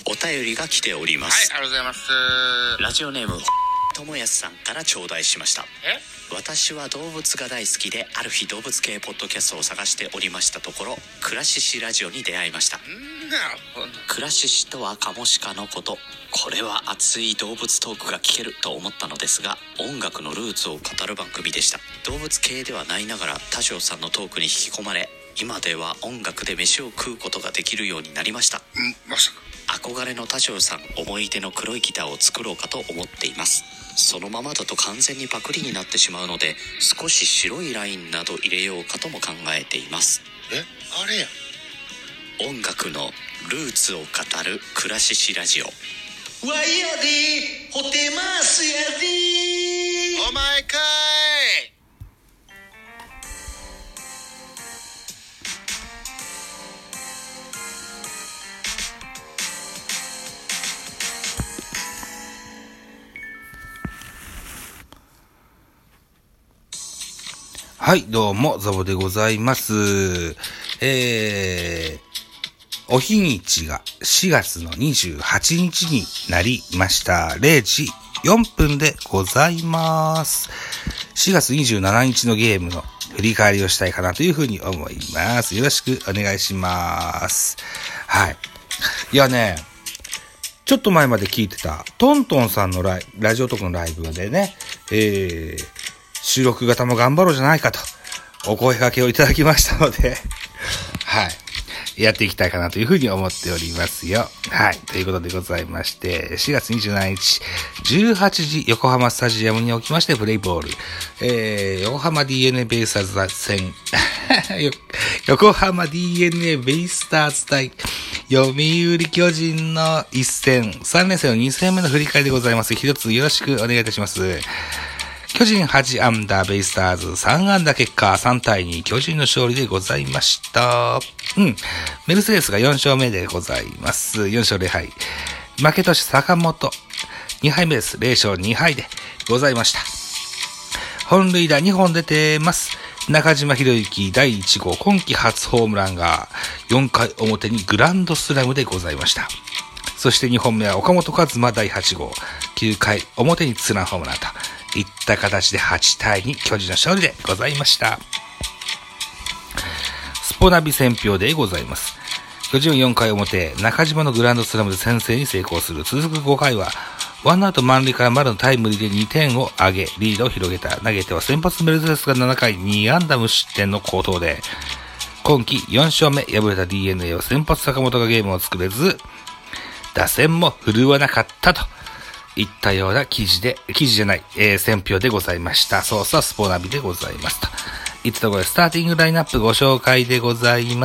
お便りが来ております。 はい、ありがとうございます。 ラジオネーム友安さんから頂戴しました。私は動物が大好きで、ある日動物系ポッドキャストを探しておりましたところ、クラシシラジオに出会いました。クラシシとはカモシカのこと。これは熱い動物トークが聞けると思ったのですが、音楽のルーツを語る番組でした。動物系ではないながら田代さんのトークに引き込まれ、今では音楽で飯を食うことができるようになりました。 まさか。 憧れの田代さん、思い出の黒いギターを作ろうかと思っています。そのままだと完全にパクリになってしまうので、少し白いラインなど入れようかとも考えています。 あれや。 音楽のルーツを語るクラシシラジオ。 わいやでホテマスやでお前かい。 はい、どうも、ザボでございます。お日にちが4月の28日になりました。0時4分でございます。4月27日のゲームの振り返りをしたいかなというふうに思います。よろしくお願いします。はい。いやね、ちょっと前まで聞いてたトントンさんのラジオトークのライブでね、収録型も頑張ろうじゃないかとお声掛けをいただきましたのではいやっていきたいかなというふうに思っておりますよ。はい、ということでございまして、4月27日18時横浜スタジアムにおきましてプレイボール、横浜 DNA ベイスターズ戦横浜 DNA ベイスターズ対読売巨人の一戦3連戦の2戦目の振り返りでございます。一つよろしくお願いいたします。巨人8安打、ベイスターズ3安打、結果3対2、巨人の勝利でございました。メルセデスが4勝目でございます。4勝0敗。負け投手坂本、2敗目です。0勝2敗でございました。本塁打2本出てます。中島博之第1号、今季初ホームランが4回表にグランドスラムでございました。そして2本目は岡本和真第8号、9回表にツーランホームランといった形で8対2、巨人の勝利でございました。スポナビ選票でございます。巨人4回表、中島のグランドスラムで先制に成功する。続く5回は、ワンアウト満塁から丸のタイムリーで2点を挙げ、リードを広げた。投げては先発メルセデスが7回2安打無失点の好投で、今季4勝目、敗れた DNA は先発坂本がゲームを作れず、打線も振るわなかったといったような選票でございました。そうそう、スポナビでございますといったところで、スターティングラインナップご紹介でございます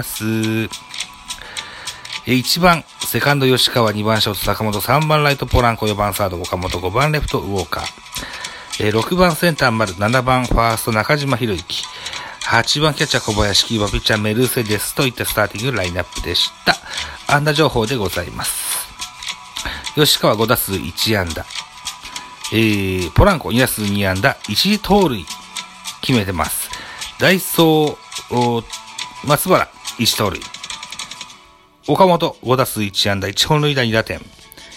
。1番セカンド吉川、2番ショート坂本、3番ライトポランコ、4番サード岡本、5番レフトウォーカー、6番センター丸、7番ファースト中島博之、8番キャッチャー小林、9番ピッチャーメルセデスといったスターティングラインナップでした。安打情報でございます。吉川5打数1安打、ポランコ2打数2安打1盗塁決めてます。ダイソー松原1盗塁、岡本5打数1安打1本塁打2打点。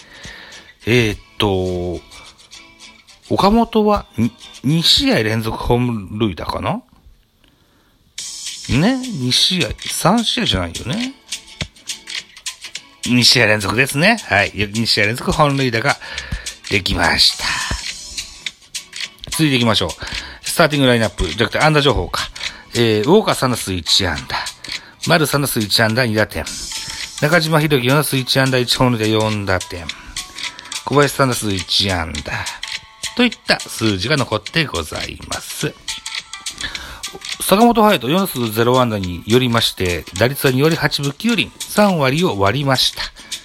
岡本は 2試合連続本塁打かなね、2試合3試合じゃないよね、2試合連続ですね。はい。2試合連続本塁打ができました。続いていきましょう。スターティングラインナップ、じゃなくて安打情報か。ウォーカー3打数1安打。丸3打数1安打2打点。中島博之4打数1安打1本塁打4打点。小林3打数1安打。といった数字が残ってございます。坂本勇人4打数0安打によりまして、打率は2割8分9厘、3割を割りました。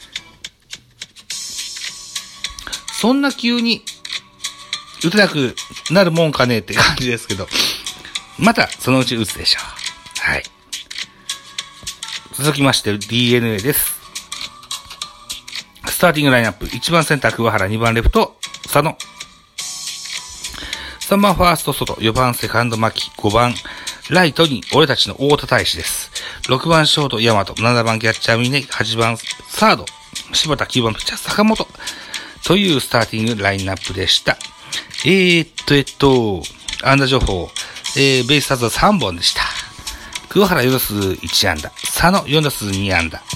そんな急に打てなくなるもんかねって感じですけど、またそのうち打つでしょう。はい。続きまして DNA です。スターティングラインナップ、1番センター桑原、2番レフト佐野、3番ファースト外、4番セカンド牧、5番ライトに俺たちの大田大使です。6番ショート大和、7番キャッチャー峰、8番サード柴田9番ピッチャー坂本というスターティングラインナップでした。安打情報、ベイスターズは3本でした。桑原4打数1安打、佐野4打数2安打。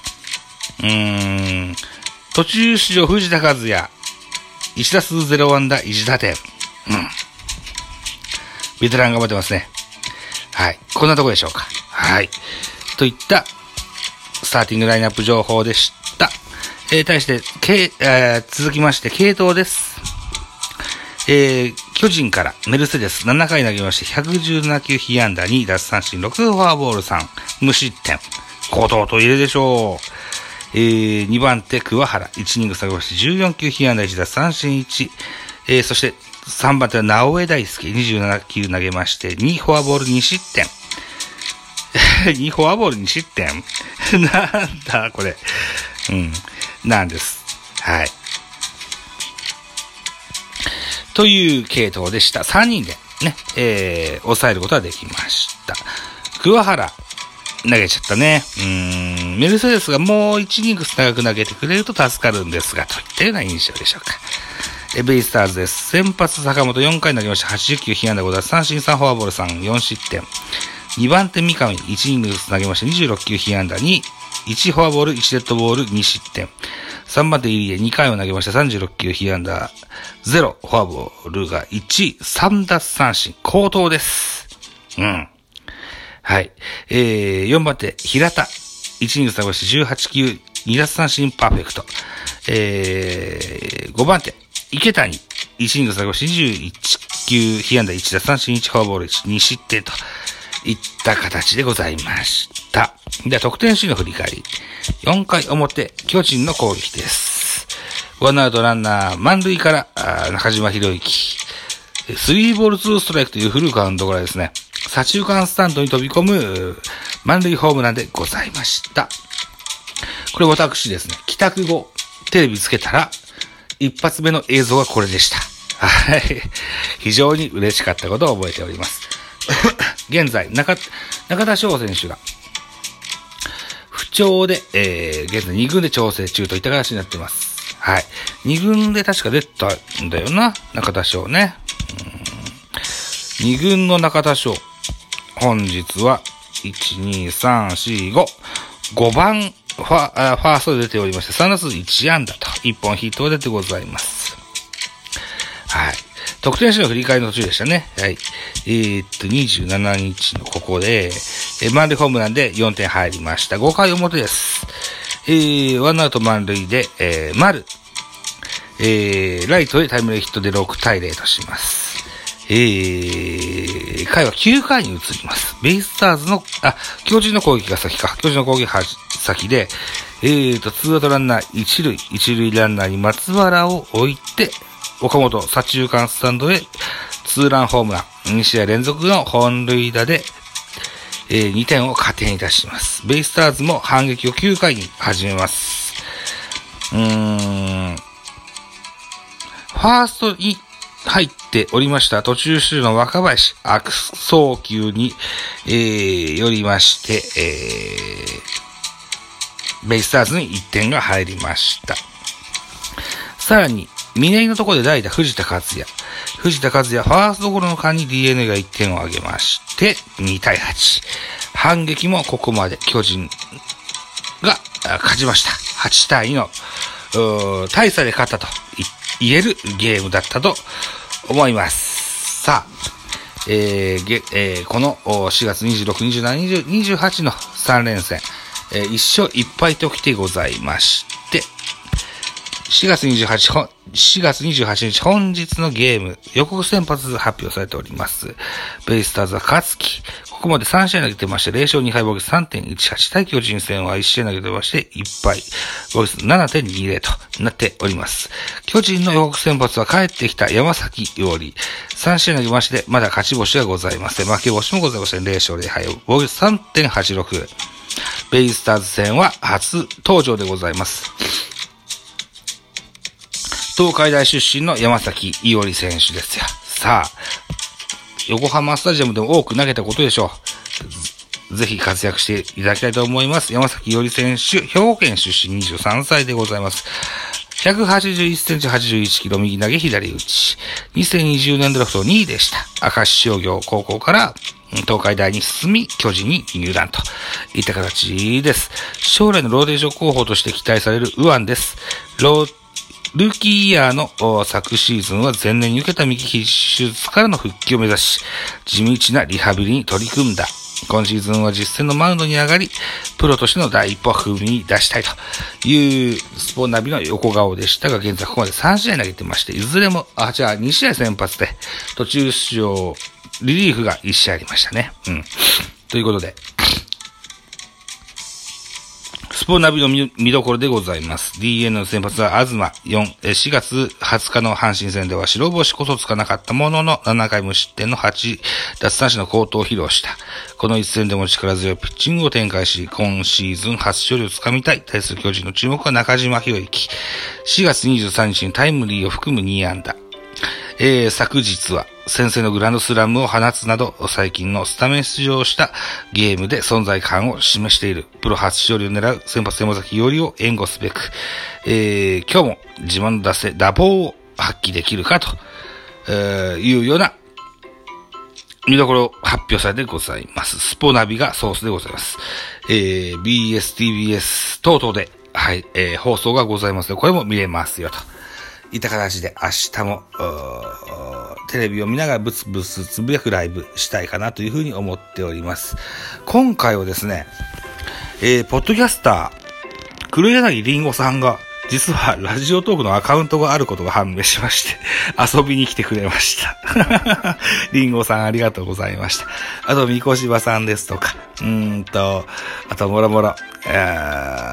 途中出場藤田和也、1打数0安打1打点。ベテラン頑張ってますね。はい。こんなとこでしょうか。はい。といったスターティングラインナップ情報でした。対して、続きまして継投です。巨人からメルセデス7回投げまして117球被安打2奪三振6フォアボール3無失点。好投と言えるでしょう。2番手桑原1イニング下げまして14球被安打1奪三振1。そして3番手は直江大輔27球投げまして2フォアボール2失点。2フォアボール2失点なんだこれ。なんです。はい。という系統でした。3人でね、抑えることができました。桑原、投げちゃったね。メルセデスがもう1イニング長く投げてくれると助かるんですが、といったような印象でしょうか。ベイスターズです。先発坂本4回投げました。80球被安打5奪三振3フォアボール3、4失点。2番手三上1イニング投げました。26球被安打2、1フォアボール1デッドボール2失点。3番手入江2回を投げました。36球被安打0、フォアボールが1、3奪三振、好投です。はい。4番手平田1イニング投げました。18球2奪三振パーフェクト。5番手池谷1イニング投げました。21球被安打1奪三振1フォアボール1、2失点といった形でございました。では得点シーンの振り返り。4回表、巨人の攻撃です。ワンアウトランナー満塁から中島博之。3ボール2ストライクというフルカウントからですね、左中間スタンドに飛び込む満塁ホームランでございました。これ私ですね、帰宅後テレビつけたら一発目の映像がこれでした。はい。非常に嬉しかったことを覚えております。現在、中田翔選手が不調で、現在2軍で調整中といった形になっています。はい。2軍で確か出たんだよな、中田翔ね。2軍の中田翔。本日は、1、2、3、4、5。5番ファーストで出ておりまして、3打数1安打と、1本ヒットが出てございます。はい。得点シーンの振り返りの途中でしたね。はい。27日のここで、満塁ホームランで4点入りました。5回表です。ワンアウト満塁で、丸、ライトへタイムリーヒットで6対0とします。回は9回に移ります。ベイスターズの、巨人の攻撃が先か。巨人の攻撃が先で、ツーアウトランナー一塁ランナーに松原を置いて、岡本左中間スタンドへツーランホームラン。2試合連続の本塁打で、2点を加点いたします。ベイスターズも反撃を9回に始めます。ファーストに入っておりました途中出場の若林、悪送球に、よりまして、ベイスターズに1点が入りました。さらに、峰井のところで代打藤田和也。ファーストゴロの間に DNA が1点を挙げまして、2対8。反撃もここまで巨人が勝ちました。8対2の、大差で勝ったと言えるゲームだったと思います。さあ、この4月26、27、28の3連戦、1勝1敗ときてございまして、4月28日本日のゲーム予告先発発表されております。ベイスターズは勝木。ここまで3試合投げてまして、0勝2敗防御率 3.18 対巨人戦は1試合投げてまして、1敗防御率 7.20 となっております。巨人の予告先発は帰ってきた山崎伊織。3試合投げまして、まだ勝ち星はございません。負け星もございません。0勝0敗防御率 3.86。ベイスターズ戦は初登場でございます。東海大出身の山崎伊織選手ですよ。さあ、横浜スタジアムでも多く投げたことでしょう。 ぜひ活躍していただきたいと思います。山崎伊織選手、兵庫県出身23歳でございます。181センチ81キロ右投げ左打ち。2020年ドラフト2位でした。明石商業高校から東海大に進み、巨人に入団といった形です。将来のローテーション候補として期待される右腕です。ルーキーイヤーの昨シーズンは前年に受けた右肘手術からの復帰を目指し、地道なリハビリに取り組んだ。今シーズンは実戦のマウンドに上がり、プロとしての第一歩を踏み出したいというスポナビの横顔でしたが、現在ここまで3試合投げてまして、いずれも、2試合先発で、途中出場、リリーフが1試合ありましたね。ということで、スポナビの見どころでございます。DeNA の先発は東4月20日の阪神戦では白星こそつかなかったものの7回無失点の8奪三振の好投を披露した。この一戦でも力強いピッチングを展開し、今シーズン初勝利をつかみたい。対する巨人の注目は中島博之。4月23日にタイムリーを含む2安打。昨日は先制のグランドスラムを放つなど最近のスタメン出場したゲームで存在感を示しているプロ初勝利を狙う先発山崎伊織を援護すべく、今日も自慢の打法を発揮できるかというような見どころ発表されてございます。スポナビがソースでございます。BS、TBS 等々で、放送がございますので、これも見れますよと。いった形で明日もテレビを見ながらブツブツつぶやくライブしたいかなというふうに思っております。今回はですね、ポッドキャスター黒柳りんごさんが実はラジオトークのアカウントがあることが判明しまして遊びに来てくれましたりんごさんありがとうございました。あとみこしばさんですとかあともろもろ